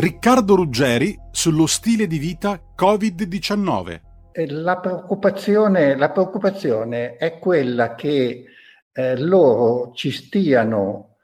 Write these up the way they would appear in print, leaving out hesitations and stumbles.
Riccardo Ruggeri sullo stile di vita Covid-19. La preoccupazione è quella che loro ci stiano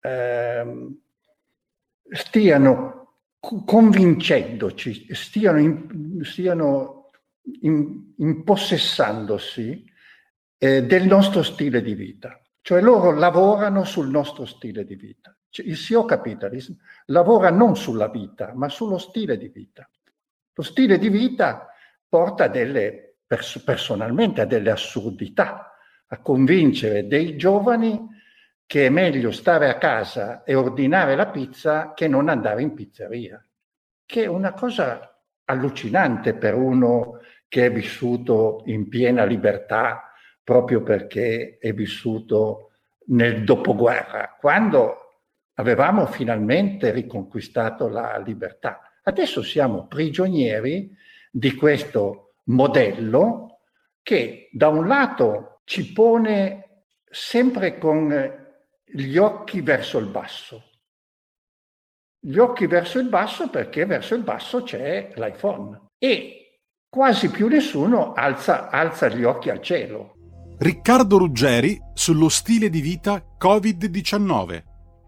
convincendoci, stiano impossessandosi del nostro stile di vita. Cioè loro lavorano sul nostro stile di vita. Il CEO Capitalism lavora non sulla vita, ma sullo stile di vita. Lo stile di vita porta personalmente a delle assurdità, a convincere dei giovani che è meglio stare a casa e ordinare la pizza che non andare in pizzeria, che è una cosa allucinante per uno che è vissuto in piena libertà, proprio perché è vissuto nel dopoguerra, quando avevamo finalmente riconquistato la libertà. Adesso siamo prigionieri di questo modello che da un lato ci pone sempre con gli occhi verso il basso. Gli occhi verso il basso perché verso il basso c'è l'iPhone e quasi più nessuno alza gli occhi al cielo. Riccardo Ruggeri sullo stile di vita Covid-19.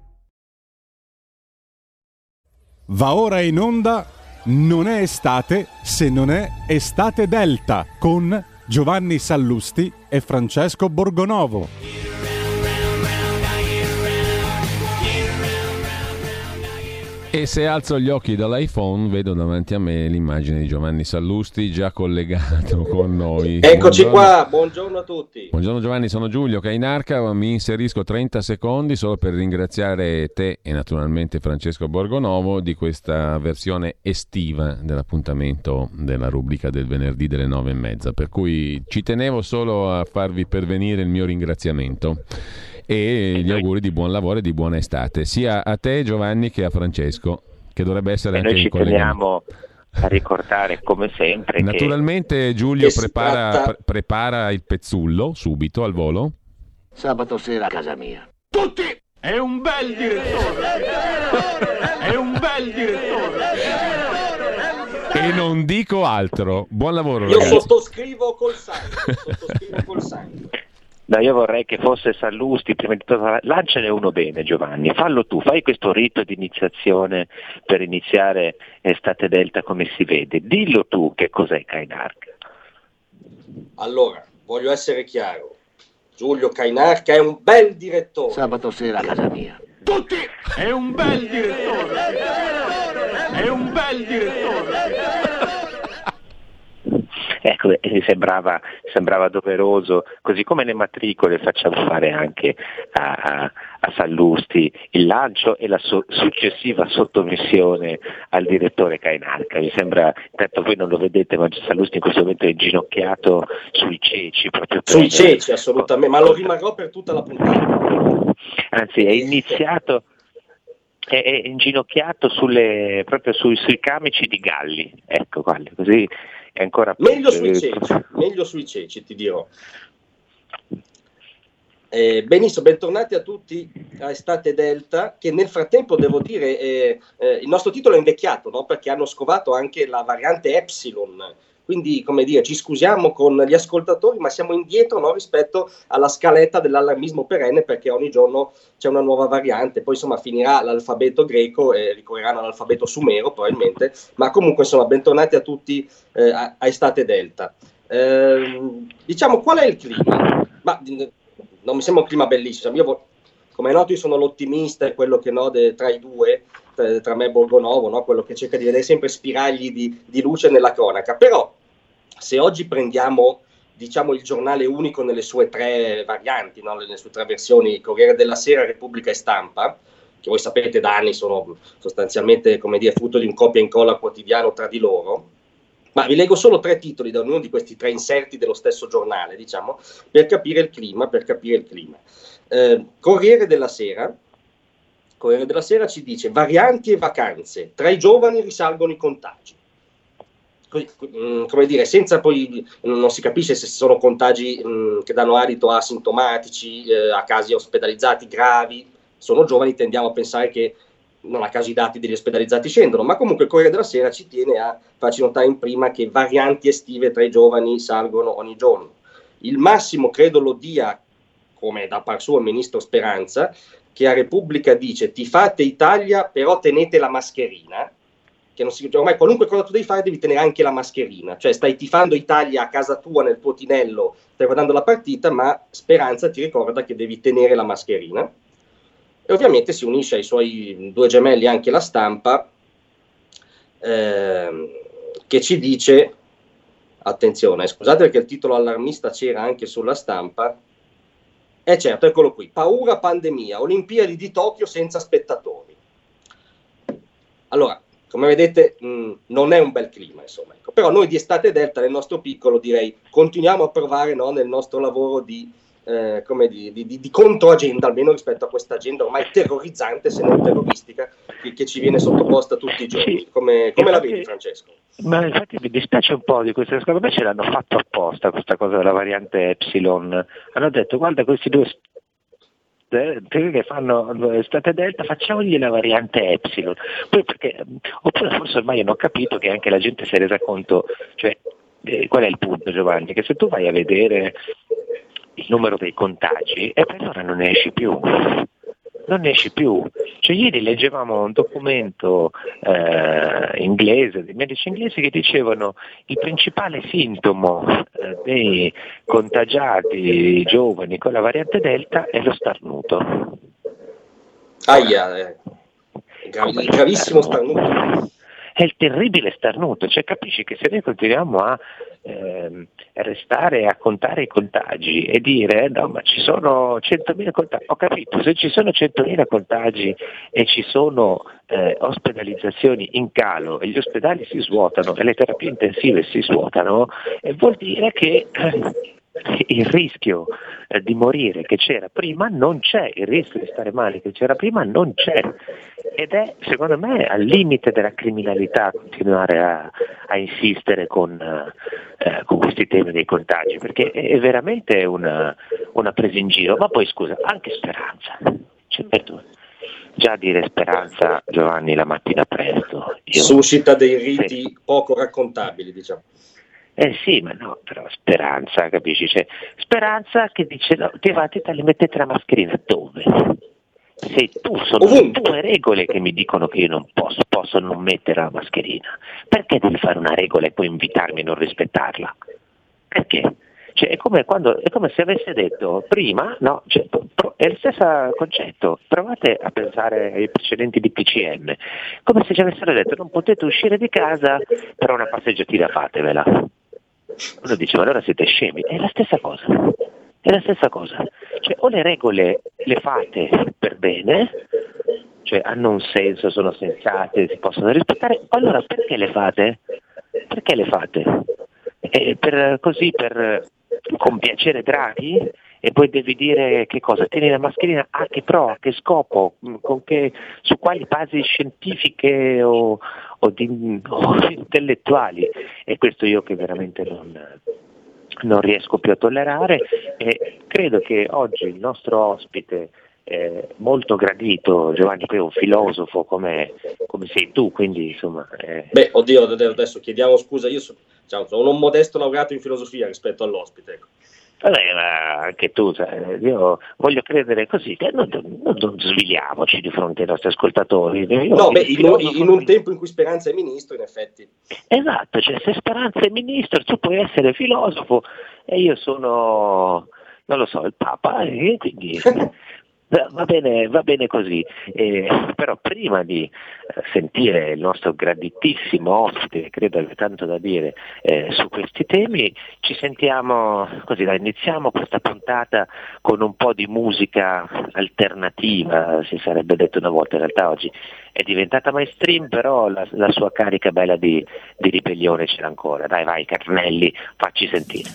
Va ora in onda Non è estate se non è estate Delta con Giovanni Sallusti e Francesco Borgonovo. E se alzo gli occhi dall'iPhone vedo davanti a me l'immagine di Giovanni Sallusti già collegato con noi. Eccoci qua, buongiorno a tutti. Buongiorno Giovanni, sono Giulio Cainarca, mi inserisco 30 secondi solo per ringraziare te e naturalmente Francesco Borgonovo di questa versione estiva dell'appuntamento della rubrica del venerdì delle 9:30, per cui ci tenevo solo a farvi pervenire il mio ringraziamento e gli auguri di buon lavoro e di buona estate sia a te Giovanni che a Francesco, che dovrebbe essere anche in collegamento. Noi ci teniamo a ricordare come sempre naturalmente Giulio prepara il pezzullo subito al volo. Sabato sera a casa mia. Tutti! È un bel direttore! È un bel direttore! E non dico altro. Buon lavoro, io ragazzi. Sottoscrivo col sangue. No, io vorrei che fosse Sallusti, prima di tutto lanciane uno bene Giovanni, fallo tu, fai questo rito di iniziazione per iniziare Estate Delta come si vede, dillo tu che cos'è Cainarca. Allora, voglio essere chiaro, Giulio Cainarca è un bel direttore. Sabato sera a casa mia. Tutti! È un bel direttore! È un bel direttore! Ecco, sembrava doveroso, così come le matricole facciamo fare anche a Sallusti il lancio e la successiva sottomissione al direttore Cainarca. Mi sembra, intanto voi non lo vedete, ma Sallusti in questo momento è inginocchiato sui ceci. Sui ceci, assolutamente, ma lo rimarrò per tutta la puntata. Anzi, è iniziato... È inginocchiato proprio sui camici di Galli, ecco, così è ancora più... Meglio sui ceci, ti dirò. Benissimo, bentornati a tutti a Estate Delta, che nel frattempo devo dire il nostro titolo è invecchiato, no? Perché hanno scovato anche la variante Epsilon. Quindi, come dire, ci scusiamo con gli ascoltatori, ma siamo indietro, no, rispetto alla scaletta dell'allarmismo perenne, perché ogni giorno c'è una nuova variante. Poi, insomma, finirà l'alfabeto greco e ricorreranno all'alfabeto sumero, probabilmente. Ma comunque, insomma, bentornati a tutti a Estate Delta. Diciamo, qual è il clima? Ma non mi sembra un clima bellissimo. Come è noto, io sono l'ottimista e quello che tra i due, tra me e Borgonovo, no? Quello che cerca di vedere sempre spiragli di luce nella cronaca. Però, se oggi prendiamo, diciamo, il giornale unico nelle sue tre varianti, no? Nelle sue tre versioni, Corriere della Sera, Repubblica e Stampa, che voi sapete da anni sono sostanzialmente, come dire, frutto di un copia e incolla quotidiano tra di loro, ma vi leggo solo tre titoli da ognuno di questi tre inserti dello stesso giornale, diciamo, per capire il clima. Corriere della Sera ci dice: varianti e vacanze, tra i giovani risalgono i contagi. Come dire, senza poi non si capisce se sono contagi che danno adito a asintomatici, a casi ospedalizzati gravi. Sono giovani, tendiamo a pensare che non a caso i dati degli ospedalizzati scendono, ma comunque il Corriere della Sera ci tiene a farci notare in prima che varianti estive tra i giovani salgono ogni giorno. Il massimo credo lo dia, come da par suo il ministro Speranza, che a Repubblica dice: tifate Italia, però tenete la mascherina. Che non si, ormai qualunque cosa tu devi fare devi tenere anche la mascherina, cioè stai tifando Italia a casa tua nel tuo tinello, stai guardando la partita, ma Speranza ti ricorda che devi tenere la mascherina. E ovviamente si unisce ai suoi due gemelli anche La Stampa, che ci dice, attenzione, scusate perché il titolo allarmista c'era anche sulla Stampa, certo, eccolo qui: paura pandemia, Olimpiadi di Tokyo senza spettatori. Allora, come vedete non è un bel clima, insomma, ecco. Però noi di Estate Delta, nel nostro piccolo, direi, continuiamo a provare, no, nel nostro lavoro di controagenda, almeno rispetto a questa agenda ormai terrorizzante, se non terroristica, che ci viene sottoposta tutti i giorni. Sì. Come la vedi, Francesco? Ma infatti mi dispiace un po' di questo, secondo me ce l'hanno fatto apposta questa cosa della variante Epsilon. Hanno detto: guarda, questi due che fanno Estate Delta, facciamogli la variante Epsilon. Poi perché, oppure forse ormai hanno capito che anche la gente si è resa conto, cioè qual è il punto, Giovanni? Che se tu vai a vedere il numero dei contagi, e per ora non ne esci più. Cioè, ieri leggevamo un documento inglese, dei medici inglesi, che dicevano il principale sintomo dei contagiati giovani con la variante Delta è lo starnuto. Gravissimo starnuto. È il terribile starnuto, cioè capisci che se noi continuiamo a restare a contare i contagi e dire no, ma ci sono 100.000 contagi, ho capito, se ci sono 100.000 contagi e ci sono ospedalizzazioni in calo e gli ospedali si svuotano e le terapie intensive si svuotano, vuol dire che il rischio di morire che c'era prima non c'è, il rischio di stare male che c'era prima non c'è, ed è secondo me al limite della criminalità continuare a insistere con questi temi dei contagi, perché è veramente una presa in giro. Ma poi scusa, anche Speranza, cioè, già dire Speranza, Giovanni, la mattina presto suscita dei riti poco raccontabili, diciamo. Sì, ma no, però Speranza, capisci? Cioè, Speranza che dice no, li mettete la mascherina dove? Se sono le tue regole che mi dicono che io non posso non mettere la mascherina, perché devi fare una regola e poi invitarmi a non rispettarla? Perché? Cioè, è come se avesse detto prima, no, cioè, è lo stesso concetto, provate a pensare ai precedenti DPCM, come se ci avessero detto non potete uscire di casa, però una passeggiatina fatevela. Uno dice, ma allora siete scemi, è la stessa cosa, cioè o le regole le fate per bene, cioè hanno un senso, sono sensate, si possono rispettare, allora perché le fate? Per compiacere Draghi? E poi devi dire che cosa? Tieni la mascherina a che pro, a che scopo, su quali basi scientifiche o intellettuali? E questo io che veramente non riesco più a tollerare, e credo che oggi il nostro ospite molto gradito, Giovanni, poi è un filosofo come sei tu, quindi insomma Beh, oddio, adesso chiediamo scusa, io sono un modesto laureato in filosofia rispetto all'ospite, ecco. Vabbè, ma anche tu, io voglio credere così, che non sviliamoci di fronte ai nostri ascoltatori. In un tempo in cui Speranza è ministro, in effetti. Esatto, cioè se Speranza è ministro, tu puoi essere filosofo e io sono, non lo so, il Papa, e quindi va bene così. Però prima di sentire il nostro graditissimo ospite, che credo abbia tanto da dire su questi temi, ci sentiamo così, iniziamo questa puntata con un po' di musica alternativa, si sarebbe detto una volta, in realtà oggi è diventata mainstream, però la sua carica bella di ribellione c'era ancora. Dai, vai Carnelli, facci sentire.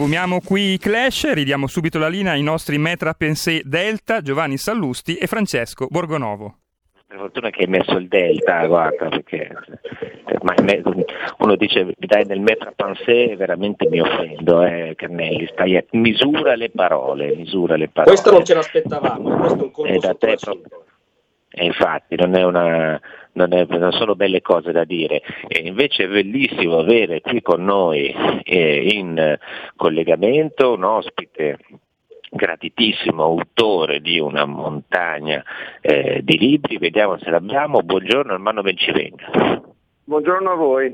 Sfumiamo qui i Clash, ridiamo subito la linea ai nostri maître à penser Delta, Giovanni Sallusti e Francesco Borgonovo. Per fortuna che hai messo il Delta, guarda, perché uno dice mi dai nel maître à penser, veramente mi offendo, Carnelli, misura le parole. Questo non ce l'aspettavamo, questo è un colpo sotto la cinta. Infatti non sono belle cose da dire, e invece è bellissimo avere qui con noi in collegamento un ospite gratitissimo, autore di una montagna di libri. Vediamo se l'abbiamo. Buongiorno Armando Bencivenga. Buongiorno a voi.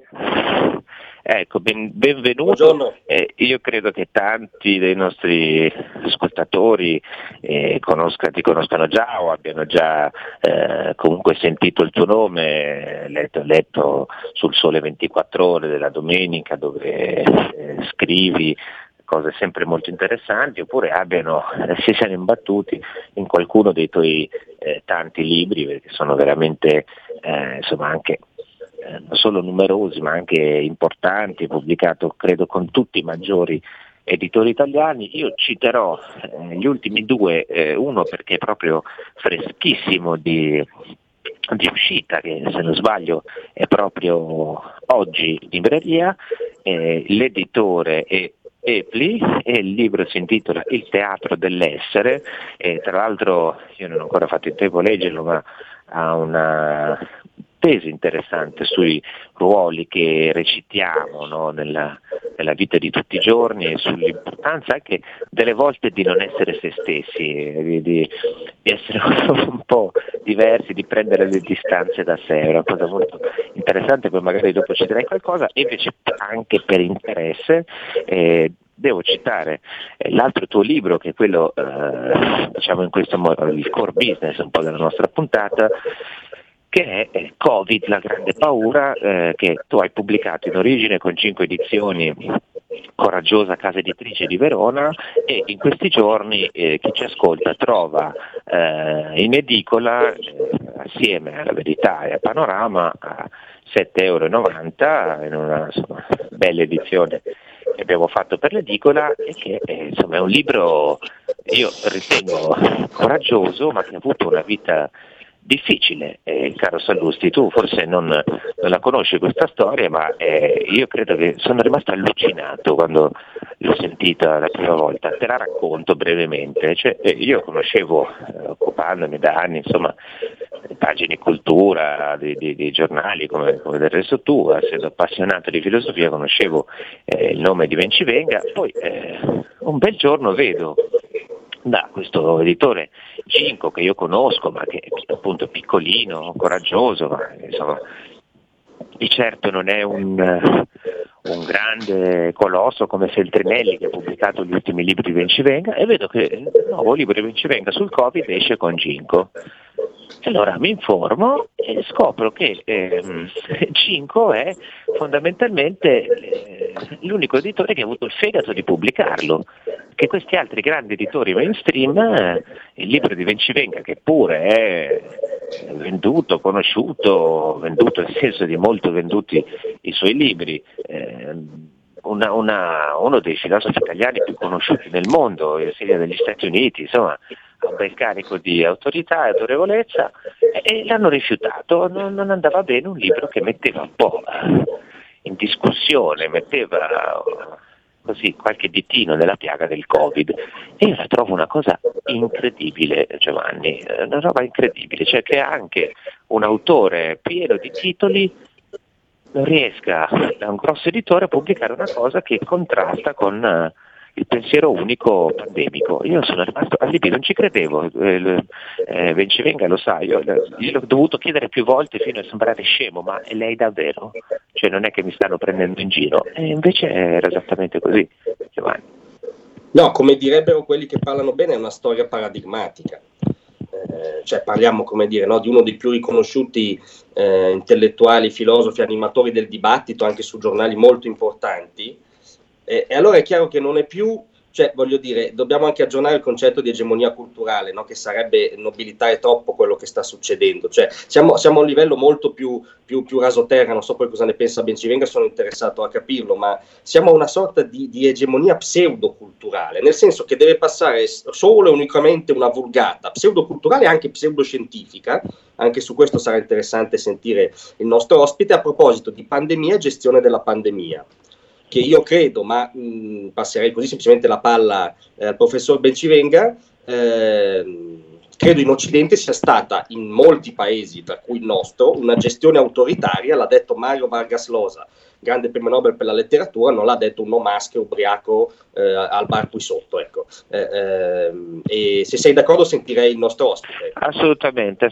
Ecco, benvenuto. Io credo che tanti dei nostri ascoltatori ti conoscano già o abbiano già comunque sentito il tuo nome, letto sul Sole 24 Ore della domenica, dove scrivi cose sempre molto interessanti, oppure si siano imbattuti in qualcuno dei tuoi tanti libri, perché sono veramente anche non solo numerosi ma anche importanti, pubblicato credo con tutti i maggiori editori italiani. Io citerò gli ultimi due, uno perché è proprio freschissimo di uscita, che se non sbaglio è proprio oggi in libreria, l'editore è Epli, e il libro si intitola Il teatro dell'essere, e tra l'altro io non ho ancora fatto in tempo a leggerlo, ma ha una tesi interessante sui ruoli che recitiamo, no, nella vita di tutti i giorni, e sull'importanza anche delle volte di non essere se stessi, di essere un po' diversi, di prendere le distanze da sé. È una cosa molto interessante, poi magari dopo ci dirai qualcosa. E invece anche per interesse devo citare l'altro tuo libro, che è quello in questo modo il core business un po' della nostra puntata, che è Covid, la grande paura, che tu hai pubblicato in origine con 5 edizioni, coraggiosa casa editrice di Verona, e in questi giorni chi ci ascolta trova in edicola, assieme alla Verità e a Panorama, a €7,90, in una bella edizione che abbiamo fatto per l'edicola, e che è un libro, io ritengo, coraggioso, ma che ha avuto una vita difficile. Caro Sallusti, tu forse non la conosci questa storia, ma io credo che sono rimasto allucinato quando l'ho sentita la prima volta. Te la racconto brevemente. Io conoscevo, occupandomi da anni, le pagine cultura di giornali come del resto tu, essendo appassionato di filosofia, conoscevo il nome di Bencivenga. Poi un bel giorno vedo da questo editore Cinco, che io conosco, ma che è appunto piccolino, coraggioso, ma di certo non è un grande colosso come Feltrinelli, che ha pubblicato gli ultimi libri di Bencivenga, e vedo che il nuovo libro di Bencivenga sul Covid esce con Cinco. Allora mi informo e scopro che Cinco è fondamentalmente l'unico editore che ha avuto il fegato di pubblicarlo, che questi altri grandi editori mainstream, il libro di Bencivenga, che pure è venduto, conosciuto, venduto nel senso di molto venduti i suoi libri, uno dei filosofi italiani più conosciuti nel mondo, sia negli Stati Uniti, ha un bel carico di autorità e autorevolezza, e l'hanno rifiutato. Non andava bene un libro che metteva un po' in discussione, metteva così qualche ditino nella piaga del Covid, e io la trovo una cosa incredibile, Giovanni, una roba incredibile, cioè che anche un autore pieno di titoli non riesca, da un grosso editore, a pubblicare una cosa che contrasta con il pensiero unico pandemico. Io sono rimasto allibito, non ci credevo. Bencivenga lo sa, io l'ho dovuto chiedere più volte fino a sembrare scemo, ma è lei davvero? Cioè non è che mi stanno prendendo in giro? E invece era esattamente così, Giovanni. No, come direbbero quelli che parlano bene, è una storia paradigmatica. Parliamo, di uno dei più riconosciuti intellettuali, filosofi, animatori del dibattito, anche su giornali molto importanti. E allora è chiaro che non è più Cioè, voglio dire, dobbiamo anche aggiornare il concetto di egemonia culturale, no? Che sarebbe nobilitare troppo quello che sta succedendo. Cioè, siamo a un livello molto più rasoterra, non so poi cosa ne pensa Bencivenga, sono interessato a capirlo, ma siamo a una sorta di egemonia pseudoculturale, nel senso che deve passare solo e unicamente una vulgata pseudoculturale e anche pseudoscientifica. Anche su questo sarà interessante sentire il nostro ospite a proposito di pandemia e gestione della pandemia, che io credo, ma passerei così semplicemente la palla al professor Bencivenga, credo in Occidente sia stata, in molti paesi, tra cui il nostro, una gestione autoritaria, l'ha detto Mario Vargas Llosa, grande premio Nobel per la letteratura, non l'ha detto un no maschio ubriaco al bar qui sotto, ecco. E se sei d'accordo sentirei il nostro ospite. Assolutamente.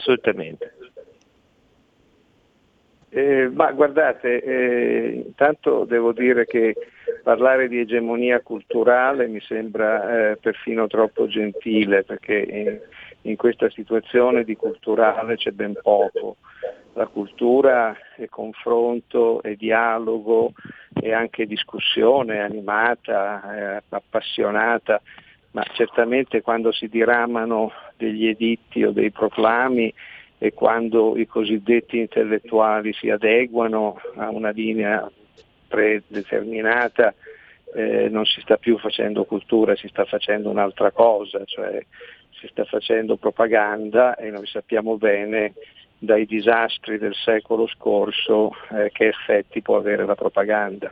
Ma guardate, intanto devo dire che parlare di egemonia culturale mi sembra perfino troppo gentile, perché in questa situazione di culturale c'è ben poco. La cultura è confronto, è dialogo, è anche discussione animata, appassionata, ma certamente quando si diramano degli editti o dei proclami e quando i cosiddetti intellettuali si adeguano a una linea predeterminata, non si sta più facendo cultura, si sta facendo un'altra cosa, cioè si sta facendo propaganda, e noi sappiamo bene dai disastri del secolo scorso che effetti può avere la propaganda.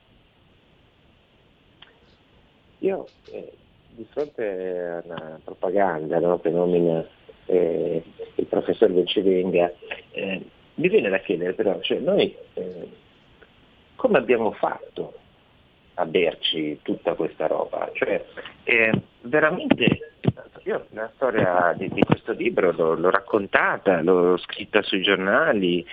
Io di fronte alla propaganda, no, che nomina il professor Bencivenga, mi viene da chiedere però, cioè noi come abbiamo fatto a berci tutta questa roba? Cioè veramente io la storia di questo libro l'ho raccontata, l'ho scritta sui giornali,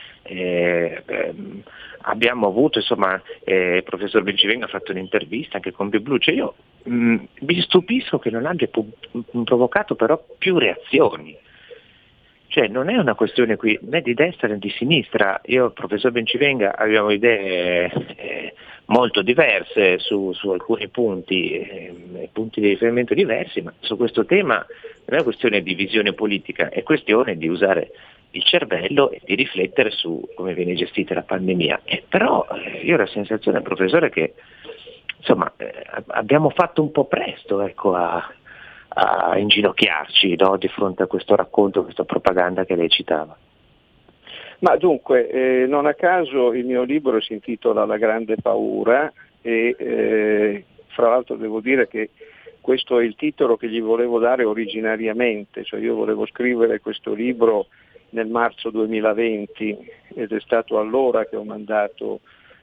abbiamo avuto, insomma, il professor Bencivenga ha fatto un'intervista anche con BluBlu, cioè io mi stupisco che non abbia provocato però più reazioni. Cioè non è una questione qui né di destra né di sinistra, io e il professor Bencivenga abbiamo idee molto diverse su alcuni punti, punti di riferimento diversi, ma su questo tema non è una questione di visione politica, è questione di usare il cervello e di riflettere su come viene gestita la pandemia. Però io ho la sensazione, professore, che insomma abbiamo fatto un po' presto, ecco, a inginocchiarci, no, di fronte a questo racconto, questa propaganda che lei citava. Ma dunque, non a caso il mio libro si intitola La grande paura e fra l'altro devo dire che questo è il titolo che gli volevo dare originariamente, cioè io volevo scrivere questo libro nel marzo 2020 ed è stato allora che ho mandato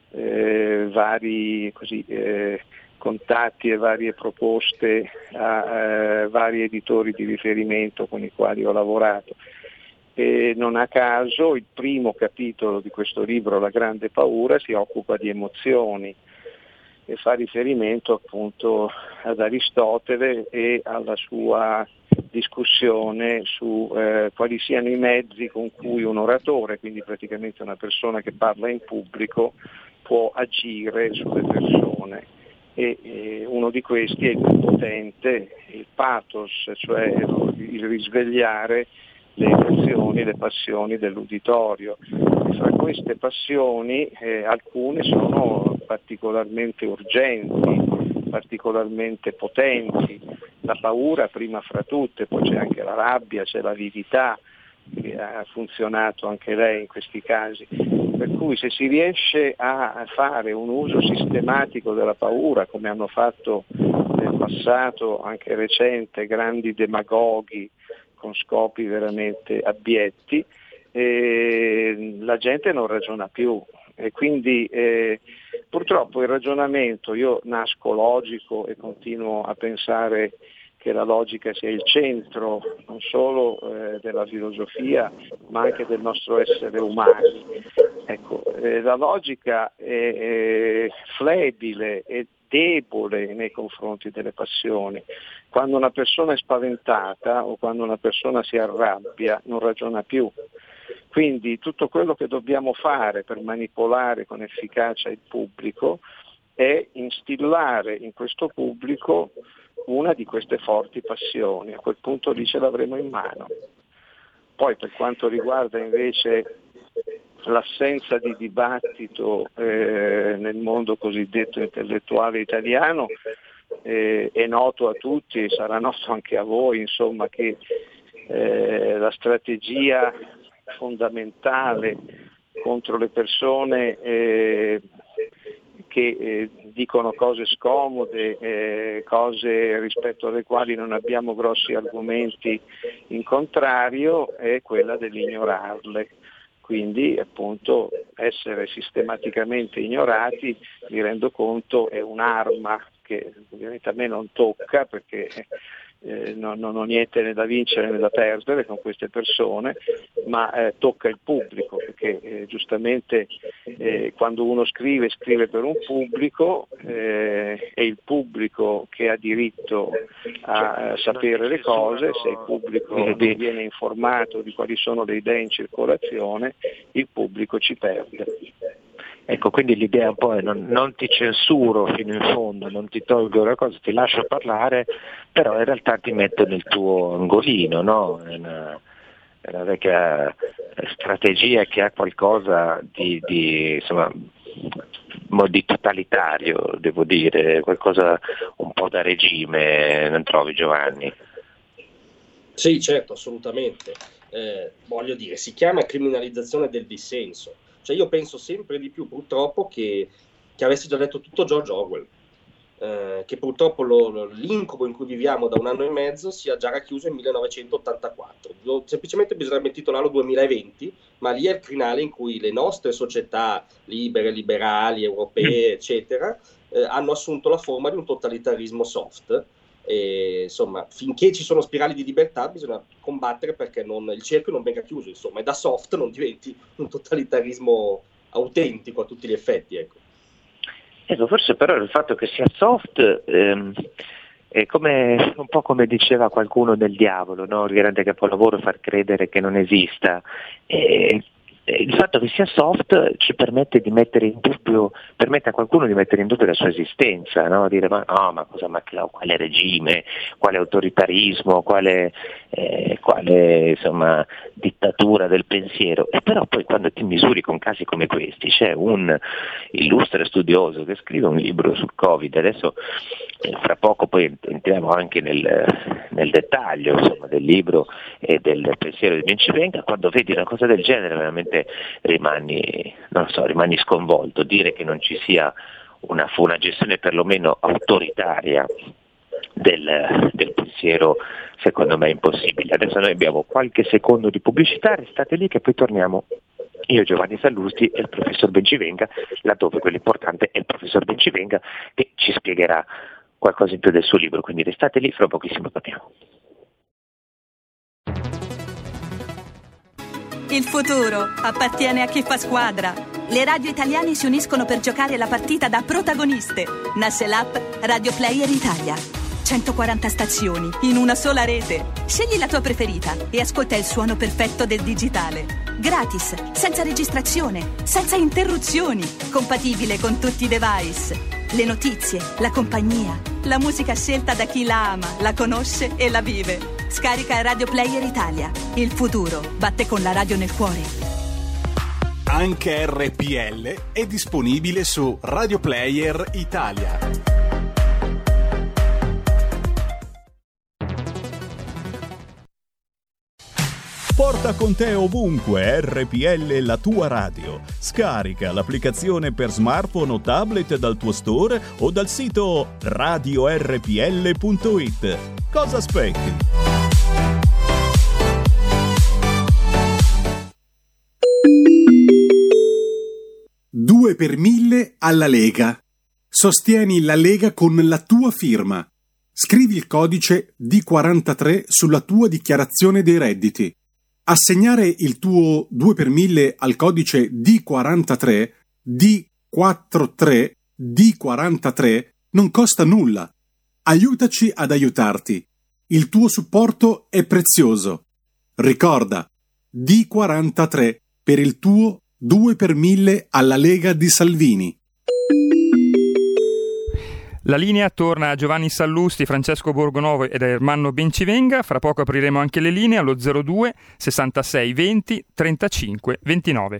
vari contatti e varie proposte a vari editori di riferimento con i quali ho lavorato. E non a caso il primo capitolo di questo libro, La grande paura, si occupa di emozioni e fa riferimento appunto ad Aristotele e alla sua discussione su quali siano i mezzi con cui un oratore, quindi praticamente una persona che parla in pubblico, può agire sulle persone. E uno di questi è il più potente, il pathos, cioè il risvegliare le emozioni, le passioni dell'uditorio. E fra queste passioni alcune sono particolarmente urgenti, particolarmente potenti. La paura prima fra tutte, poi c'è anche la rabbia, c'è l'avidità, che ha funzionato anche lei in questi casi. Per cui se si riesce a fare un uso sistematico della paura, come hanno fatto nel passato anche recente grandi demagoghi con scopi veramente abietti, la gente non ragiona più e quindi purtroppo il ragionamento, io nasco logico e continuo a pensare che la logica sia il centro non solo della filosofia ma anche del nostro essere umani. Ecco, la logica è flebile e debole nei confronti delle passioni. Quando una persona è spaventata o quando una persona si arrabbia non ragiona più. Quindi tutto quello che dobbiamo fare per manipolare con efficacia il pubblico è instillare in questo pubblico una di queste forti passioni. A quel punto lì ce l'avremo in mano. Poi per quanto riguarda invece l'assenza di dibattito nel mondo cosiddetto intellettuale italiano, è noto a tutti, sarà noto anche a voi, insomma, che la strategia fondamentale contro le persone che dicono cose scomode, cose rispetto alle quali non abbiamo grossi argomenti in contrario, è quella dell'ignorarle. Quindi appunto essere sistematicamente ignorati, mi rendo conto, è un'arma che ovviamente a me non tocca, perché non ho niente né da vincere né da perdere con queste persone, ma tocca il pubblico, perché giustamente quando uno scrive per un pubblico, è il pubblico che ha diritto a sapere le cose. Se il pubblico non viene informato di quali sono le idee in circolazione, il pubblico ci perde. Ecco, quindi l'idea un po' è non ti censuro fino in fondo, non ti tolgo una cosa, ti lascio parlare, però in realtà ti metto nel tuo angolino, no? È una vecchia strategia che ha qualcosa di totalitario, devo dire, qualcosa un po' da regime, non trovi, Giovanni? Sì, certo, assolutamente. Voglio dire, si chiama criminalizzazione del dissenso. Cioè io penso sempre di più, purtroppo, che avesse già detto tutto George Orwell, che purtroppo l'incubo in cui viviamo da 1 anno e mezzo sia già racchiuso in 1984. Semplicemente bisognerebbe intitolarlo 2020, ma lì è il crinale in cui le nostre società libere, liberali, europee, eccetera, hanno assunto la forma di un totalitarismo soft. E, insomma, finché ci sono spirali di libertà bisogna combattere perché il cerchio non venga chiuso, insomma, e da soft non diventi un totalitarismo autentico a tutti gli effetti, ecco. Forse però il fatto che sia soft è come, un po' come diceva qualcuno del diavolo, no? Il grande capolavoro, far credere che non esista. Il fatto che sia soft ci permette di mettere in dubbio, permette a qualcuno di mettere in dubbio la sua esistenza, no? Dire ma quale regime, quale autoritarismo, quale insomma dittatura del pensiero. E però poi quando ti misuri con casi come questi, c'è un illustre studioso che scrive un libro sul Covid, adesso fra poco poi entriamo anche nel dettaglio, insomma, del libro e del pensiero di Bencivenga. Quando vedi una cosa del genere veramente rimani sconvolto. Dire che non ci sia una gestione perlomeno autoritaria del pensiero, secondo me è impossibile. Adesso noi abbiamo qualche secondo di pubblicità, restate lì che poi torniamo io, Giovanni Sallusti e il professor Bencivenga, laddove quello importante è il professor Bencivenga che ci spiegherà qualcosa in più del suo libro, quindi restate lì, fra pochissimo torniamo. Il futuro appartiene a chi fa squadra. Le radio italiane si uniscono per giocare la partita da protagoniste. Nasce l'app Radio Player Italia. 140 stazioni in una sola rete. Scegli la tua preferita e ascolta il suono perfetto del digitale. Gratis, senza registrazione, senza interruzioni. Compatibile con tutti i device. Le notizie, la compagnia, la musica scelta da chi la ama, la conosce e la vive. Scarica Radio Player Italia. Il futuro batte con la radio nel cuore. Anche RPL è disponibile su Radio Player Italia. Porta con te ovunque RPL, la tua radio. Scarica l'applicazione per smartphone o tablet dal tuo store o dal sito radiorpl.it. Cosa aspetti? Due per 1000 alla Lega. Sostieni la Lega con la tua firma. Scrivi il codice D43 sulla tua dichiarazione dei redditi. Assegnare il tuo 2 per 1000 al codice D43, D43, D43 non costa nulla. Aiutaci ad aiutarti. Il tuo supporto è prezioso. Ricorda, D43 per il tuo 2 per 1000 alla Lega di Salvini. La linea torna a Giovanni Sallusti, Francesco Borgonovo ed Ermanno Bencivenga. Fra poco apriremo anche le linee allo 02 66 20 35 29.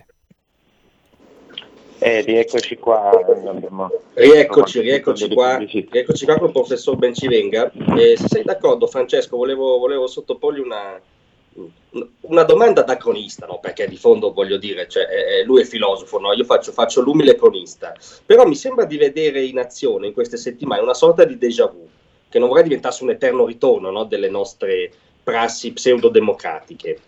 Rieccoci qua. Rieccoci qua con il professor Bencivenga. Se sei d'accordo, Francesco, volevo sottoporgli una domanda da cronista, no? Perché di fondo voglio dire, lui è filosofo, no? Io faccio l'umile cronista, però mi sembra di vedere in azione in queste settimane una sorta di déjà vu, che non vorrei diventasse un eterno ritorno, no? Delle nostre prassi pseudodemocratiche.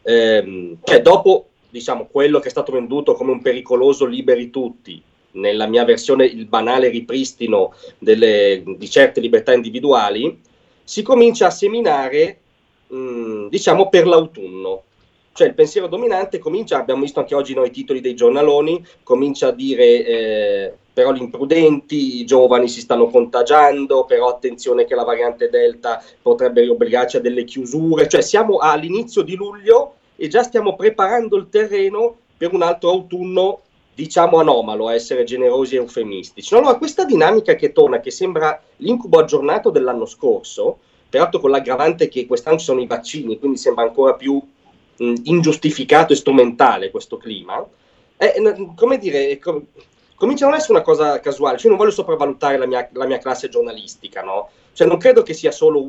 Dopo, diciamo, quello che è stato venduto come un pericoloso liberi tutti, nella mia versione il banale ripristino di certe libertà individuali, si comincia a seminare diciamo per l'autunno, cioè il pensiero dominante comincia, abbiamo visto anche oggi noi titoli dei giornaloni, comincia a dire però gli imprudenti, i giovani si stanno contagiando, però attenzione che la variante Delta potrebbe riobbligarci a delle chiusure, cioè siamo all'inizio di luglio e già stiamo preparando il terreno per un altro autunno, diciamo anomalo, a essere generosi e eufemistici. Allora questa dinamica che torna, che sembra l'incubo aggiornato dell'anno scorso, peraltro con l'aggravante che quest'anno ci sono i vaccini, quindi sembra ancora più ingiustificato e strumentale questo clima, come dire, comincia a non essere una cosa casuale. Cioè, non voglio sopravvalutare la mia classe giornalistica, no? Cioè, non credo che sia solo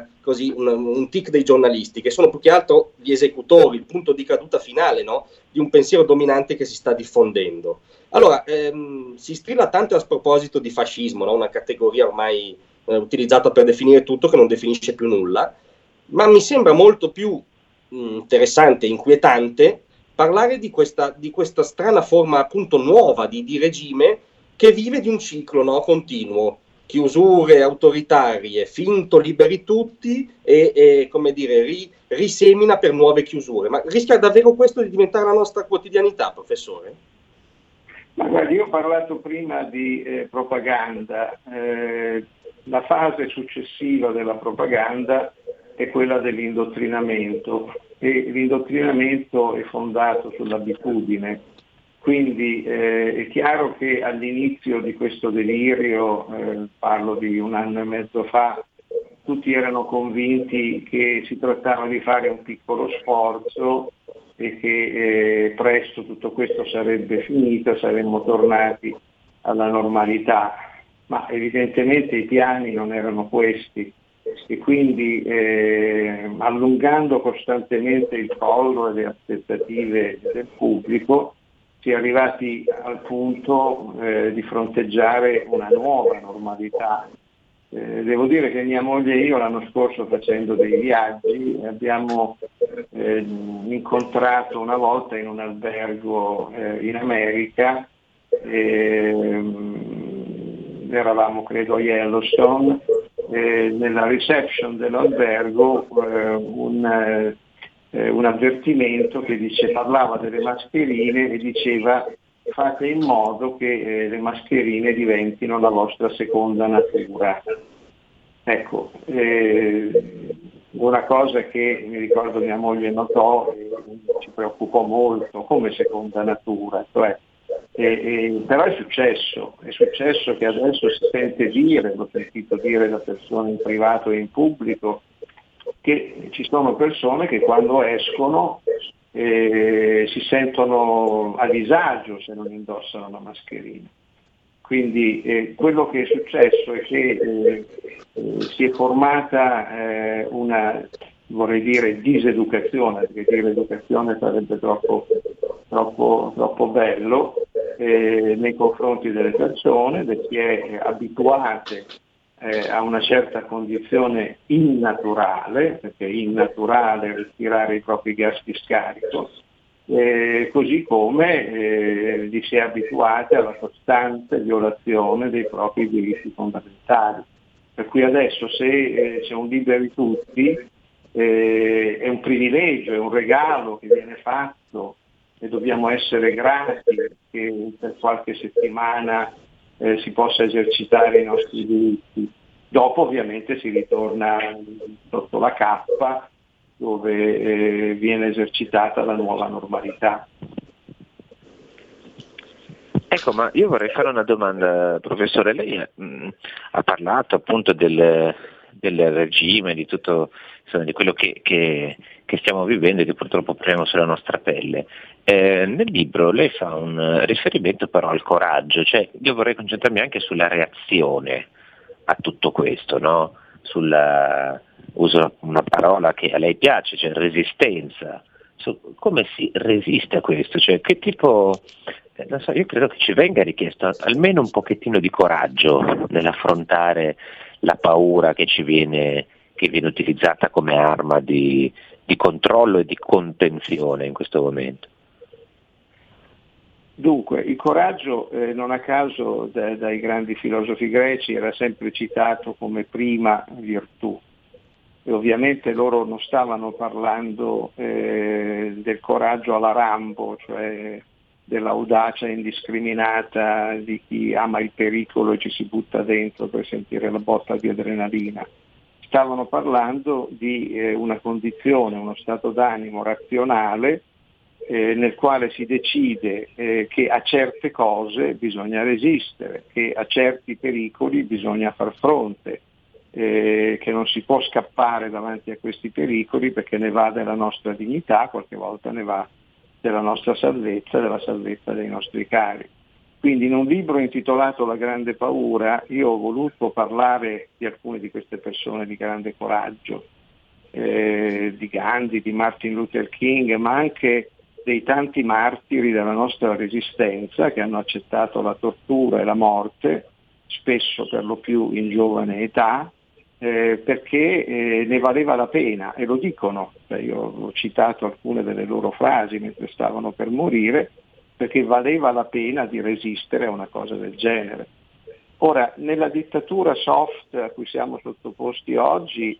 un tic dei giornalisti, che sono più che altro gli esecutori, il punto di caduta finale, no? Di un pensiero dominante che si sta diffondendo. Allora, si strilla tanto a sproposito di fascismo, no? Una categoria ormai utilizzata per definire tutto, che non definisce più nulla, ma mi sembra molto più interessante e inquietante parlare di questa strana forma appunto nuova di regime che vive di un ciclo, no, continuo, chiusure autoritarie, finto liberi tutti e come dire, risemina per nuove chiusure. Ma rischia davvero questo di diventare la nostra quotidianità, professore? Ma guardi, io ho parlato prima di propaganda. La fase successiva della propaganda è quella dell'indottrinamento, e l'indottrinamento è fondato sull'abitudine, quindi è chiaro che all'inizio di questo delirio, parlo di 1 anno e mezzo fa, tutti erano convinti che si trattava di fare un piccolo sforzo e che presto tutto questo sarebbe finito, saremmo tornati alla normalità. Ma evidentemente i piani non erano questi e quindi allungando costantemente il collo e le aspettative del pubblico si è arrivati al punto di fronteggiare una nuova normalità. Devo dire che mia moglie e io l'anno scorso, facendo dei viaggi, abbiamo incontrato una volta in un albergo in America, eravamo credo a Yellowstone, nella reception dell'albergo un avvertimento che parlava delle mascherine e diceva: fate in modo che le mascherine diventino la vostra seconda natura. Ecco, una cosa che mi ricordo mia moglie notò e ci preoccupò molto come seconda natura, cioè però è successo che adesso si sente dire, l'ho sentito dire da persone in privato e in pubblico, che ci sono persone che quando escono si sentono a disagio se non indossano la mascherina. Quindi quello che è successo è che si è formata una, vorrei dire, diseducazione, perché dire educazione sarebbe troppo bello, nei confronti delle persone, si è abituate a una certa condizione innaturale, perché è innaturale respirare i propri gas di scarico, così come si è abituate alla costante violazione dei propri diritti fondamentali. Per cui adesso se c'è un liberi tutti è un privilegio, è un regalo che viene fatto e dobbiamo essere grati che per qualche settimana si possa esercitare i nostri diritti. Dopo ovviamente si ritorna sotto la cappa dove viene esercitata la nuova normalità. Ecco, ma io vorrei fare una domanda, professore. Lei ha parlato appunto del regime, di tutto, insomma, di quello che stiamo vivendo e che purtroppo prendiamo sulla nostra pelle. Nel libro lei fa un riferimento però al coraggio, cioè io vorrei concentrarmi anche sulla reazione a tutto questo, no? Uso una parola che a lei piace, cioè resistenza. Come si resiste a questo? Cioè, che tipo, non so, io credo che ci venga richiesto almeno un pochettino di coraggio nell'affrontare la paura che viene utilizzata come arma di controllo e di contenzione in questo momento. Dunque, il coraggio non a caso dai grandi filosofi greci era sempre citato come prima virtù. E ovviamente loro non stavano parlando del coraggio alla Rambo, cioè dell'audacia indiscriminata di chi ama il pericolo e ci si butta dentro per sentire la botta di adrenalina. Stavano parlando di una condizione, uno stato d'animo razionale nel quale si decide che a certe cose bisogna resistere, che a certi pericoli bisogna far fronte, che non si può scappare davanti a questi pericoli perché ne va della nostra dignità, qualche volta ne va della nostra salvezza, della salvezza dei nostri cari. Quindi in un libro intitolato La grande paura io ho voluto parlare di alcune di queste persone di grande coraggio, di Gandhi, di Martin Luther King, ma anche dei tanti martiri della nostra resistenza che hanno accettato la tortura e la morte, spesso per lo più in giovane età, perché ne valeva la pena, e lo dicono. Io ho citato alcune delle loro frasi mentre stavano per morire, perché valeva la pena di resistere a una cosa del genere. Ora, nella dittatura soft a cui siamo sottoposti oggi,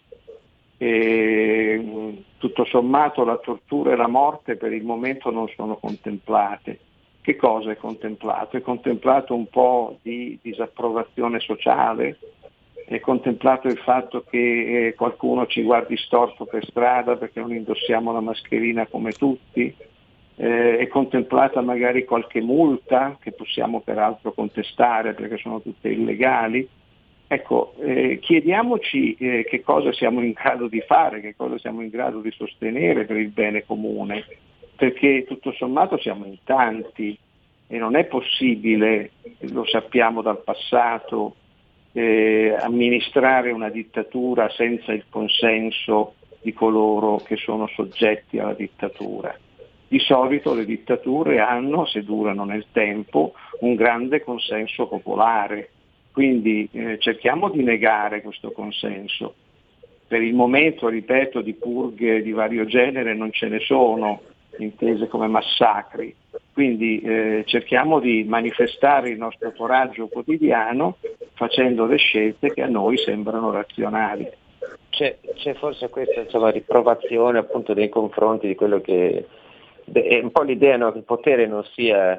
tutto sommato la tortura e la morte per il momento non sono contemplate. Che cosa è contemplato? È contemplato un po' di disapprovazione sociale, è contemplato il fatto che qualcuno ci guardi storto per strada perché non indossiamo la mascherina come tutti, è contemplata magari qualche multa che possiamo peraltro contestare perché sono tutte illegali. Ecco, chiediamoci che cosa siamo in grado di fare, che cosa siamo in grado di sostenere per il bene comune, perché tutto sommato siamo in tanti e non è possibile, lo sappiamo dal passato, amministrare una dittatura senza il consenso di coloro che sono soggetti alla dittatura. Di solito le dittature hanno, se durano nel tempo, un grande consenso popolare, quindi cerchiamo di negare questo consenso. Per il momento, ripeto, di purghe di vario genere non ce ne sono, intese come massacri, quindi cerchiamo di manifestare il nostro coraggio quotidiano facendo le scelte che a noi sembrano razionali. C'è forse questa riprovazione appunto nei confronti di quello che è un po' l'idea, no, che il potere non sia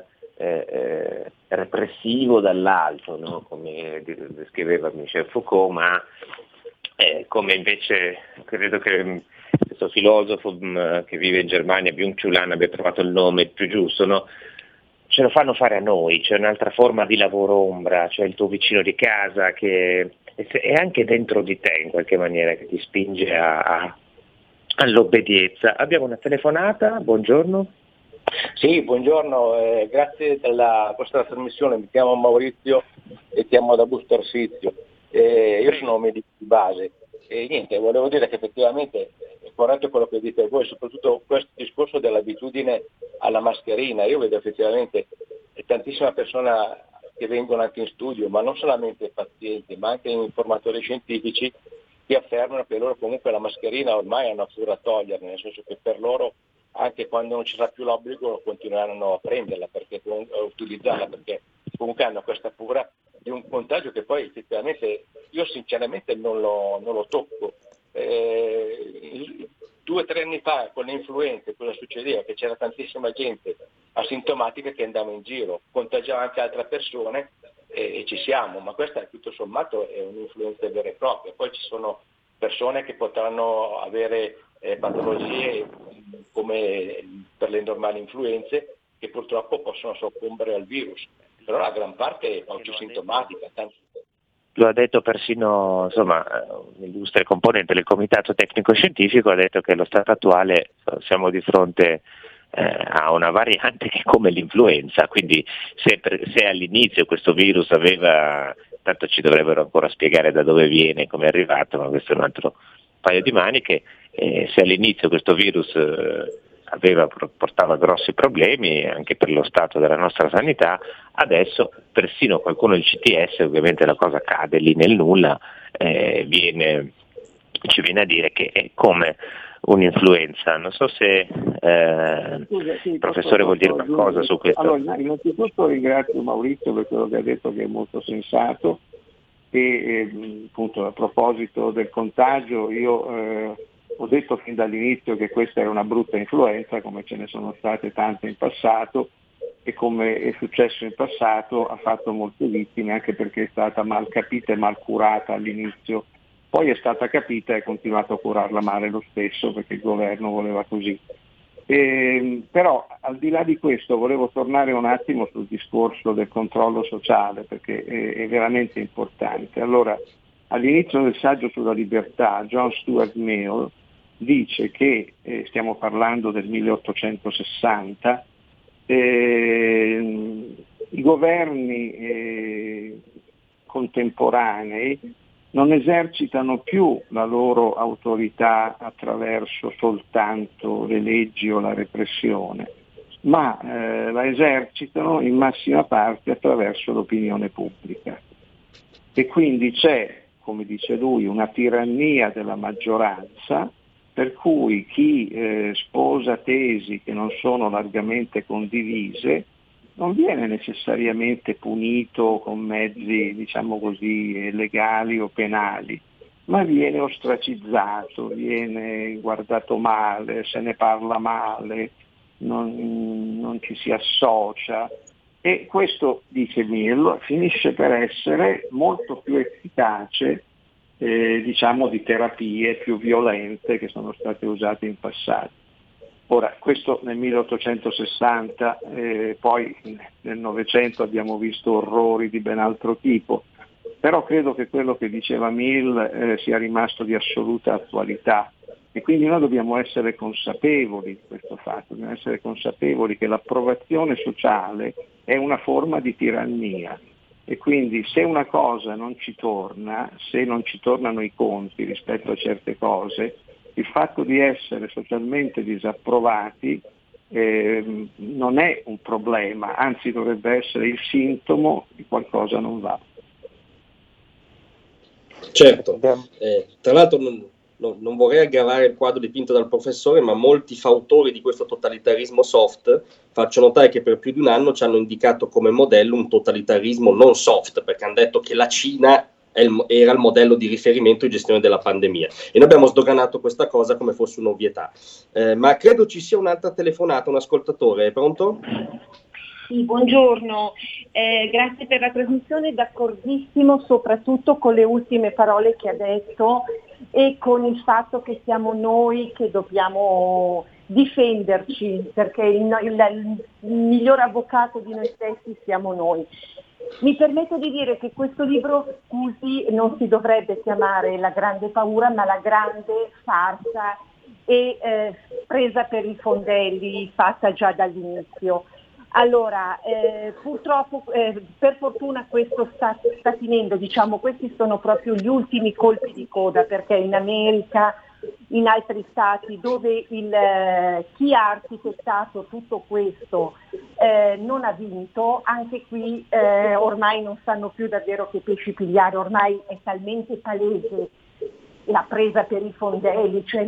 repressivo dall'alto, no? Come descriveva Michel Foucault, ma come invece credo che questo filosofo che vive in Germania, Byung-Chul Han, abbia trovato il nome più giusto, no? Ce lo fanno fare a noi, c'è un'altra forma di lavoro ombra, cioè il tuo vicino di casa che è anche dentro di te in qualche maniera, che ti spinge all'obbedienza. Abbiamo una telefonata, buongiorno. Sì, buongiorno, grazie della vostra trasmissione, mi chiamo Maurizio e chiamo da Busto Arsizio. Io sono medico di base e niente, volevo dire che effettivamente è corretto quello che dite voi, soprattutto questo discorso dell'abitudine alla mascherina. Io vedo effettivamente tantissime persone che vengono anche in studio, ma non solamente pazienti, ma anche informatori scientifici che affermano che loro comunque la mascherina ormai hanno paura a toglierla, nel senso che per loro anche quando non ci sarà più l'obbligo continueranno a prenderla, perché a utilizzarla, perché comunque hanno questa paura di un contagio che poi effettivamente io sinceramente non lo tocco. 2 o 3 anni fa con le influenze cosa succedeva? Che c'era tantissima gente asintomatica che andava in giro, contagiava anche altre persone e ci siamo, ma questa tutto sommato è un'influenza vera e propria. Poi ci sono persone che potranno avere patologie come per le normali influenze che purtroppo possono soccombere al virus. però la gran parte è paucisintomatica. Lo ha detto persino un illustre componente del Comitato Tecnico Scientifico, ha detto che allo stato attuale siamo di fronte a una variante che è come l'influenza, quindi se all'inizio questo virus aveva, tanto ci dovrebbero ancora spiegare da dove viene, come è arrivato, ma questo è un altro paio di maniche, se all'inizio questo virus portava grossi problemi anche per lo stato della nostra sanità, adesso persino qualcuno del CTS, ovviamente la cosa cade lì nel nulla, ci viene a dire che è come un'influenza. Non so se il professore vuol dire qualcosa su questo. Allora, innanzitutto ringrazio Maurizio per quello che ha detto, che è molto sensato, e appunto a proposito del contagio io ho detto fin dall'inizio che questa era una brutta influenza, come ce ne sono state tante in passato, e come è successo in passato ha fatto molte vittime, anche perché è stata mal capita e mal curata all'inizio. Poi è stata capita e ha continuato a curarla male lo stesso, perché il governo voleva così. Però al di là di questo volevo tornare un attimo sul discorso del controllo sociale, perché è veramente importante. Allora, all'inizio del saggio sulla libertà, John Stuart Mill dice che, stiamo parlando del 1860, i governi contemporanei non esercitano più la loro autorità attraverso soltanto le leggi o la repressione, ma la esercitano in massima parte attraverso l'opinione pubblica. E quindi c'è, come dice lui, una tirannia della maggioranza, per cui chi sposa tesi che non sono largamente condivise non viene necessariamente punito con mezzi, diciamo così, legali o penali, ma viene ostracizzato, viene guardato male, se ne parla male, non ci si associa, e questo, dice Mill, finisce per essere molto più efficace di terapie più violente che sono state usate in passato. Ora, questo nel 1860, poi nel Novecento abbiamo visto orrori di ben altro tipo, però credo che quello che diceva Mill sia rimasto di assoluta attualità, e quindi noi dobbiamo essere consapevoli di questo fatto, dobbiamo essere consapevoli che l'approvazione sociale è una forma di tirannia, e quindi se una cosa non ci torna, se non ci tornano i conti rispetto a certe cose, il fatto di essere socialmente disapprovati non è un problema, anzi dovrebbe essere il sintomo di qualcosa non va. Certo, tra l'altro non vorrei aggravare il quadro dipinto dal professore, ma molti fautori di questo totalitarismo soft faccio notare che per più di un anno ci hanno indicato come modello un totalitarismo non soft, perché hanno detto che la Cina era il modello di riferimento di gestione della pandemia, e noi abbiamo sdoganato questa cosa come fosse un'ovvietà. Ma credo ci sia un'altra telefonata, un ascoltatore, è pronto? Sì, buongiorno, grazie per la trasmissione, d'accordissimo soprattutto con le ultime parole che ha detto e con il fatto che siamo noi che dobbiamo difenderci, perché il miglior avvocato di noi stessi siamo noi. Mi permetto di dire che questo libro, scusi, non si dovrebbe chiamare La grande paura, ma La grande farsa e presa per i fondelli fatta già dall'inizio. Allora, purtroppo, per fortuna questo sta finendo, diciamo, questi sono proprio gli ultimi colpi di coda, perché in America, in altri stati dove chi ha architettato tutto questo non ha vinto, anche qui ormai non sanno più davvero che pesci pigliare, ormai è talmente palese la presa per i fondelli, cioè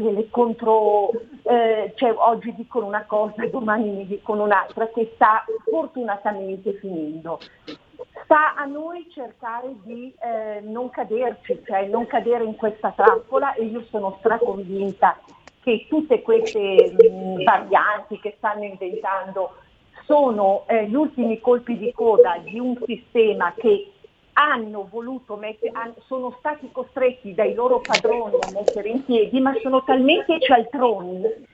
cioè oggi dicono una cosa, domani ne dicono un'altra, che sta fortunatamente finendo. Sta a noi cercare di non caderci, cioè non cadere in questa trappola, e io sono straconvinta che tutte queste varianti che stanno inventando sono gli ultimi colpi di coda di un sistema che hanno voluto sono stati costretti dai loro padroni a mettere in piedi, ma sono talmente cialtroni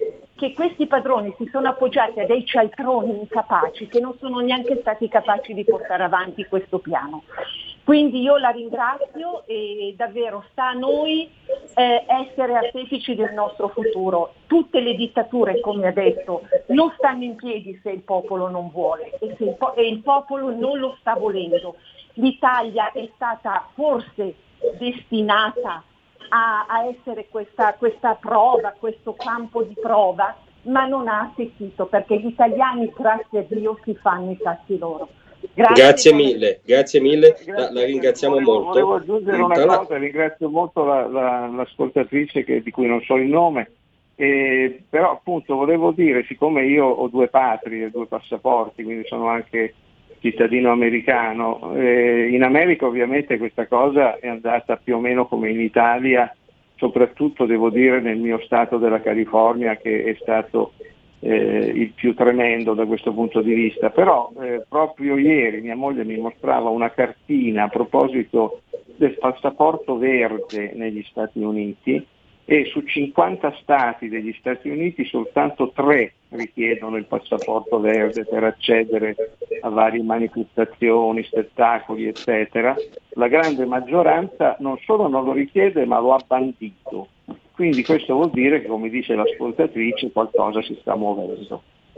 che questi padroni si sono appoggiati a dei cialtroni incapaci che non sono neanche stati capaci di portare avanti questo piano. Quindi io la ringrazio e davvero sta a noi essere artefici del nostro futuro. Tutte le dittature, come ha detto, non stanno in piedi se il popolo non vuole e il popolo non lo sta volendo. L'Italia è stata forse destinata a essere questa prova, questo campo di prova, ma non ha assistito, perché gli italiani, grazie a Dio, si fanno i cazzi loro. Grazie mille, la ringraziamo molto. Volevo aggiungere una cosa, ringrazio molto l'ascoltatrice di cui non so il nome, però appunto volevo dire, siccome io ho 2 patrie, 2 passaporti, quindi sono anche cittadino americano, in America ovviamente questa cosa è andata più o meno come in Italia, soprattutto devo dire nel mio stato della California, che è stato il più tremendo da questo punto di vista. Però proprio ieri mia moglie mi mostrava una cartina a proposito del passaporto verde negli Stati Uniti, e su 50 stati degli Stati Uniti soltanto 3 richiedono il passaporto verde per accedere a varie manifestazioni, spettacoli, eccetera. La grande maggioranza non solo non lo richiede, ma lo ha bandito. Quindi questo vuol dire che, come dice l'ascoltatrice, qualcosa si sta muovendo.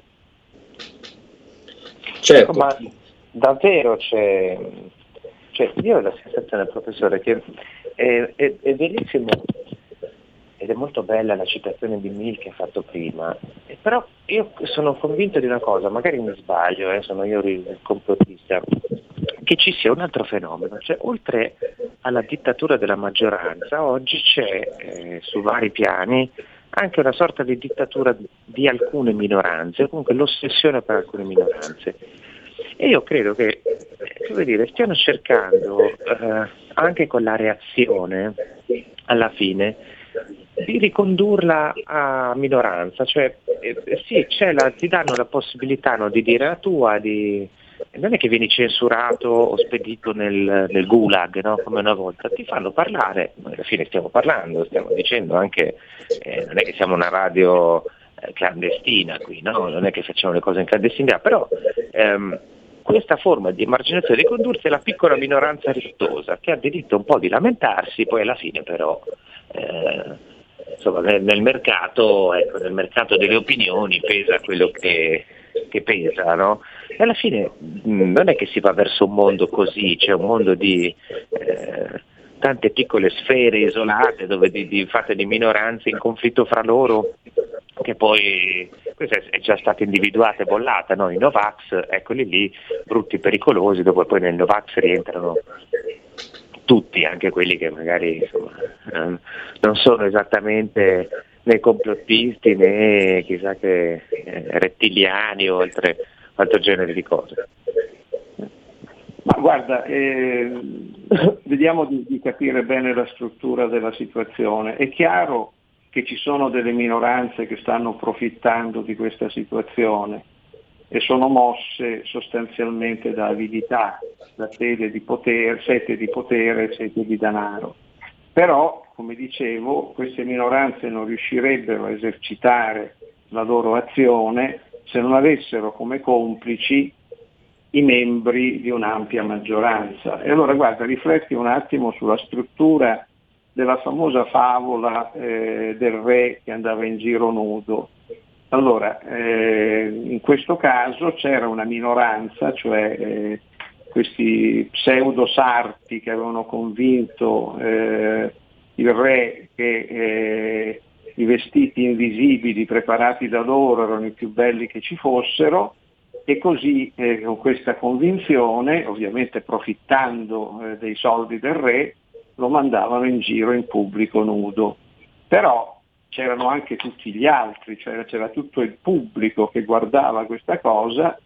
Certo. Ma davvero c'è io ho la sensazione, professore, che è bellissimo ed è molto bella la citazione di Mill che ha fatto prima, però io sono convinto di una cosa, magari mi sbaglio, sono io il complottista, che ci sia un altro fenomeno, cioè oltre alla dittatura della maggioranza oggi c'è su vari piani anche una sorta di dittatura di alcune minoranze, o comunque l'ossessione per alcune minoranze. E io credo che stiano cercando anche con la reazione alla fine di ricondurla a minoranza, cioè sì, ti danno la possibilità di dire la tua, non è che vieni censurato o spedito nel gulag, no? Come una volta, ti fanno parlare, noi alla fine stiamo parlando, stiamo dicendo anche, non è che siamo una radio clandestina qui, no? Non è che facciamo le cose in clandestinità, però questa forma di emarginazione ricondursi alla piccola minoranza riottosa che ha diritto un po' di lamentarsi, poi alla fine però insomma, nel mercato delle opinioni pesa quello che pesa, no? E alla fine non è che si va verso un mondo così, c'è un mondo di tante piccole sfere isolate dove fatte di minoranze in conflitto fra loro, che poi questa è già stata individuata e bollata, no? I Novax, eccoli lì, brutti, pericolosi, dove poi nel Novax rientrano tutti, anche quelli che magari insomma, non sono esattamente né complottisti né chissà che rettiliani o altro genere di cose. Ma guarda, vediamo di capire bene la struttura della situazione. È chiaro che ci sono delle minoranze che stanno approfittando di questa situazione e sono mosse sostanzialmente da avidità, da sete di potere, sete di denaro. Però, come dicevo, queste minoranze non riuscirebbero a esercitare la loro azione se non avessero come complici i membri di un'ampia maggioranza. E allora guarda, rifletti un attimo sulla struttura della famosa favola del re che andava in giro nudo. Allora, in questo caso c'era una minoranza, cioè questi pseudo-sarti che avevano convinto il re che i vestiti invisibili preparati da loro erano i più belli che ci fossero, e così con questa convinzione, ovviamente profittando dei soldi del re, lo mandavano in giro in pubblico nudo. Però c'erano anche tutti gli altri, cioè c'era tutto il pubblico che guardava questa cosa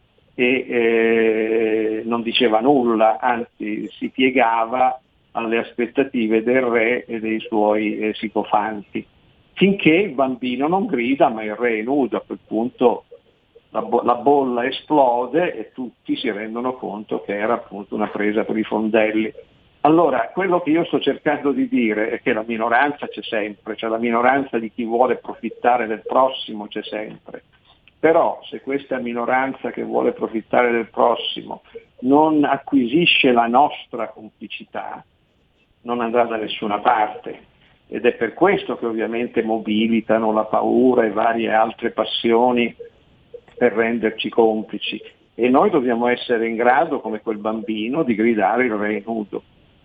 e non diceva nulla, anzi si piegava alle aspettative del re e dei suoi sicofanti, finché il bambino non grida ma il re è nudo. A quel punto la bolla esplode e tutti si rendono conto che era appunto una presa per i fondelli. Allora, quello che io sto cercando di dire è che la minoranza c'è sempre, cioè la minoranza di chi vuole approfittare del prossimo c'è sempre. Però se questa minoranza che vuole approfittare del prossimo non acquisisce la nostra complicità, non andrà da nessuna parte. Ed è per questo che ovviamente mobilitano la paura e varie altre passioni per renderci complici. E noi dobbiamo essere in grado, come quel bambino, di gridare il re nudo.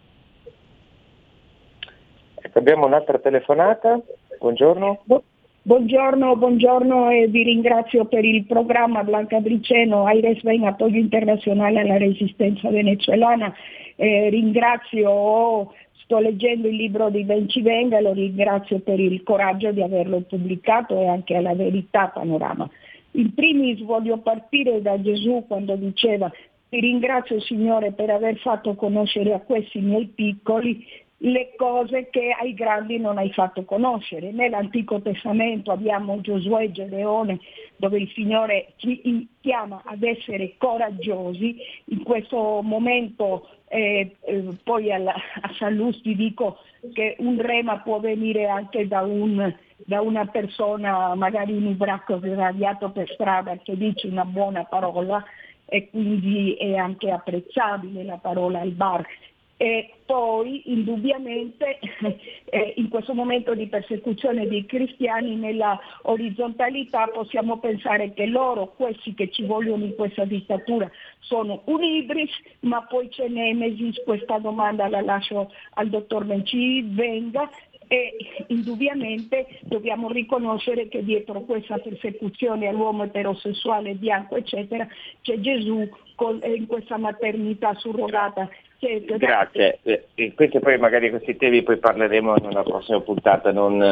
Abbiamo un'altra telefonata. Buongiorno. Buongiorno e vi ringrazio per il programma. Blanca Briceno, Aires Ben, appoggio internazionale alla resistenza venezuelana. Sto leggendo il libro di Bencivenga, lo ringrazio per il coraggio di averlo pubblicato e anche alla Verità Panorama. In primis voglio partire da Gesù quando diceva: ti ringrazio Signore per aver fatto conoscere a questi miei piccoli le cose che ai grandi non hai fatto conoscere. Nell'Antico Testamento abbiamo Giosuè e Gedeone, dove il Signore ci chiama ad essere coraggiosi. In questo momento poi a Sallusti dico che un rema può venire anche da una persona, magari un ubriaco sdraiato per strada, che dice una buona parola, e quindi è anche apprezzabile la parola al bar. E poi indubbiamente in questo momento di persecuzione dei cristiani, nella orizzontalità possiamo pensare che loro, questi che ci vogliono in questa dittatura, sono un ibris, ma poi c'è Nemesis. Questa domanda la lascio al dottor Bencivenga. E indubbiamente dobbiamo riconoscere che dietro questa persecuzione all'uomo eterosessuale bianco eccetera c'è Gesù in questa maternità surrogata. Grazie, questi poi magari questi temi poi parleremo in una prossima puntata,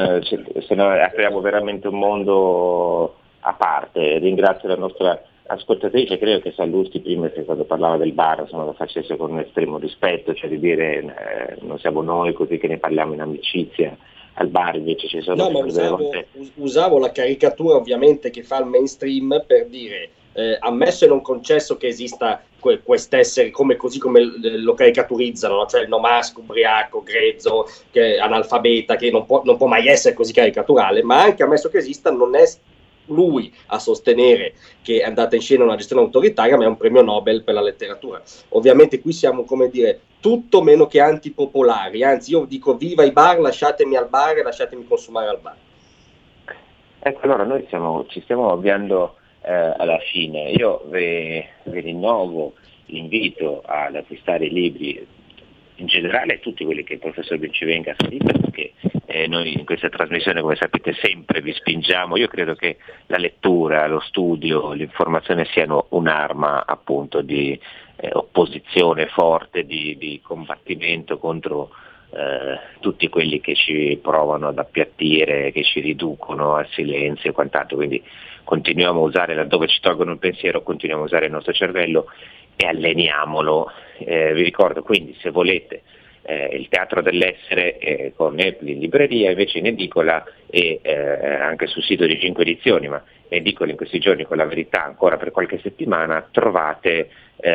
se no apriamo veramente un mondo a parte. Ringrazio la nostra ascoltatrice, credo che Sallusti prima, quando parlava del bar, insomma, lo facesse con un estremo rispetto, cioè di dire non siamo noi così che ne parliamo in amicizia al bar, invece ci sono usavo la caricatura ovviamente che fa il mainstream per dire ammesso e non concesso che esista quest'essere così come lo caricaturizzano, no? Cioè il nomasco, ubriaco, grezzo, analfabeta, che non può mai essere così caricaturale, ma anche ammesso che esista, non è lui a sostenere che è andata in scena una gestione autoritaria, ma è un premio Nobel per la letteratura. Ovviamente qui siamo, come dire, tutto meno che antipopolari, anzi io dico viva i bar, lasciatemi al bar e lasciatemi consumare al bar. Ecco, allora noi ci stiamo avviando alla fine. Io vi rinnovo l'invito ad acquistare i libri, in generale tutti quelli che il professor Bencivenga ha scritto, perché noi in questa trasmissione, come sapete, sempre vi spingiamo. Io credo che la lettura, lo studio, l'informazione siano un'arma appunto di opposizione forte, di combattimento contro tutti quelli che ci provano ad appiattire, che ci riducono al silenzio e quant'altro. Quindi continuiamo a usare, laddove ci tolgono il pensiero, continuiamo a usare il nostro cervello e alleniamolo. Vi ricordo quindi, se volete, il Teatro dell'Essere con Nepli in libreria, invece in edicola e anche sul sito di 5 edizioni, ma in edicola in questi giorni con La Verità ancora per qualche settimana, trovate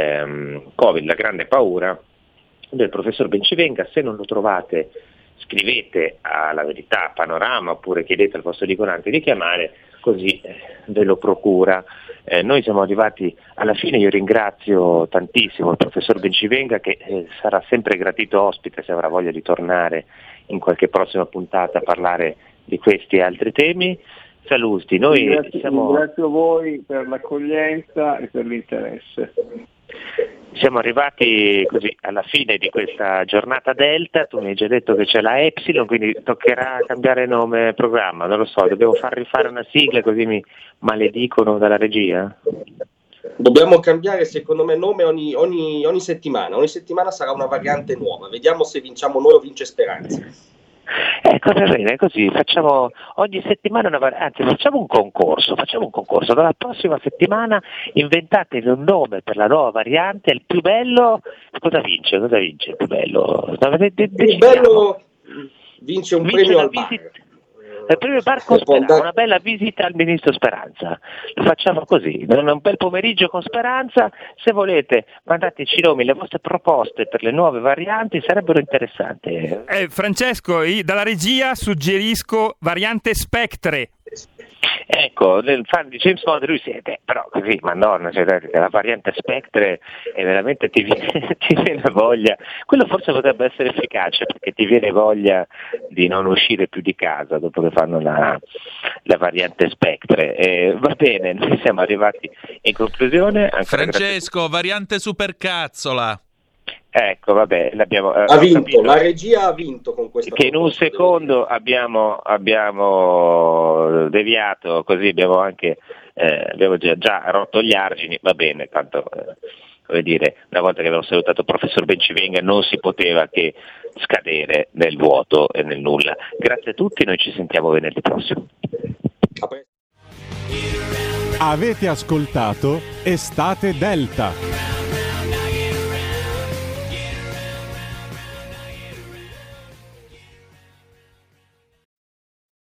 Covid, la grande paura del professor Bencivenga. Se non lo trovate, scrivete alla Verità Panorama oppure chiedete al vostro edicolante di chiamare, così ve lo procura. Noi siamo arrivati alla fine. Io ringrazio tantissimo il professor Bencivenga, che sarà sempre gradito ospite se avrà voglia di tornare in qualche prossima puntata a parlare di questi e altri temi. Sallusti, ringrazio voi per l'accoglienza e per l'interesse. Siamo arrivati così alla fine di questa giornata Delta. Tu mi hai già detto che c'è la Epsilon, quindi toccherà cambiare nome programma, non lo so, dobbiamo far rifare una sigla così mi maledicono dalla regia? Dobbiamo cambiare secondo me nome ogni settimana sarà una variante nuova, vediamo se vinciamo noi o vince Speranza. Va bene, così facciamo ogni settimana facciamo un concorso. Dalla prossima settimana inventatevi un nome per la nuova variante, il più bello. Cosa vince il più bello? Il più bello vince un premio al bar. Il premio bar con Speranza, una bella visita al ministro Speranza. Lo facciamo così, un bel pomeriggio con Speranza. Se volete, mandateci nomi, le vostre proposte per le nuove varianti sarebbero interessanti. Francesco, dalla regia suggerisco variante Spectre. Ecco, nel fan di James Bond lui siete, però così, madonna, la variante Spectre è veramente ti viene voglia, quello forse potrebbe essere efficace perché ti viene voglia di non uscire più di casa dopo che fanno la variante Spectre. Va bene, noi siamo arrivati in conclusione. Francesco, variante Supercazzola. Ecco, vabbè, l'abbiamo ha vinto, capito. La regia ha vinto con questa che in un secondo abbiamo deviato, così abbiamo anche abbiamo già rotto gli argini, va bene, tanto come dire, una volta che abbiamo salutato il professor Bencivenga non si poteva che scadere nel vuoto e nel nulla. Grazie a tutti, noi ci sentiamo venerdì prossimo. Avete ascoltato Estate Delta.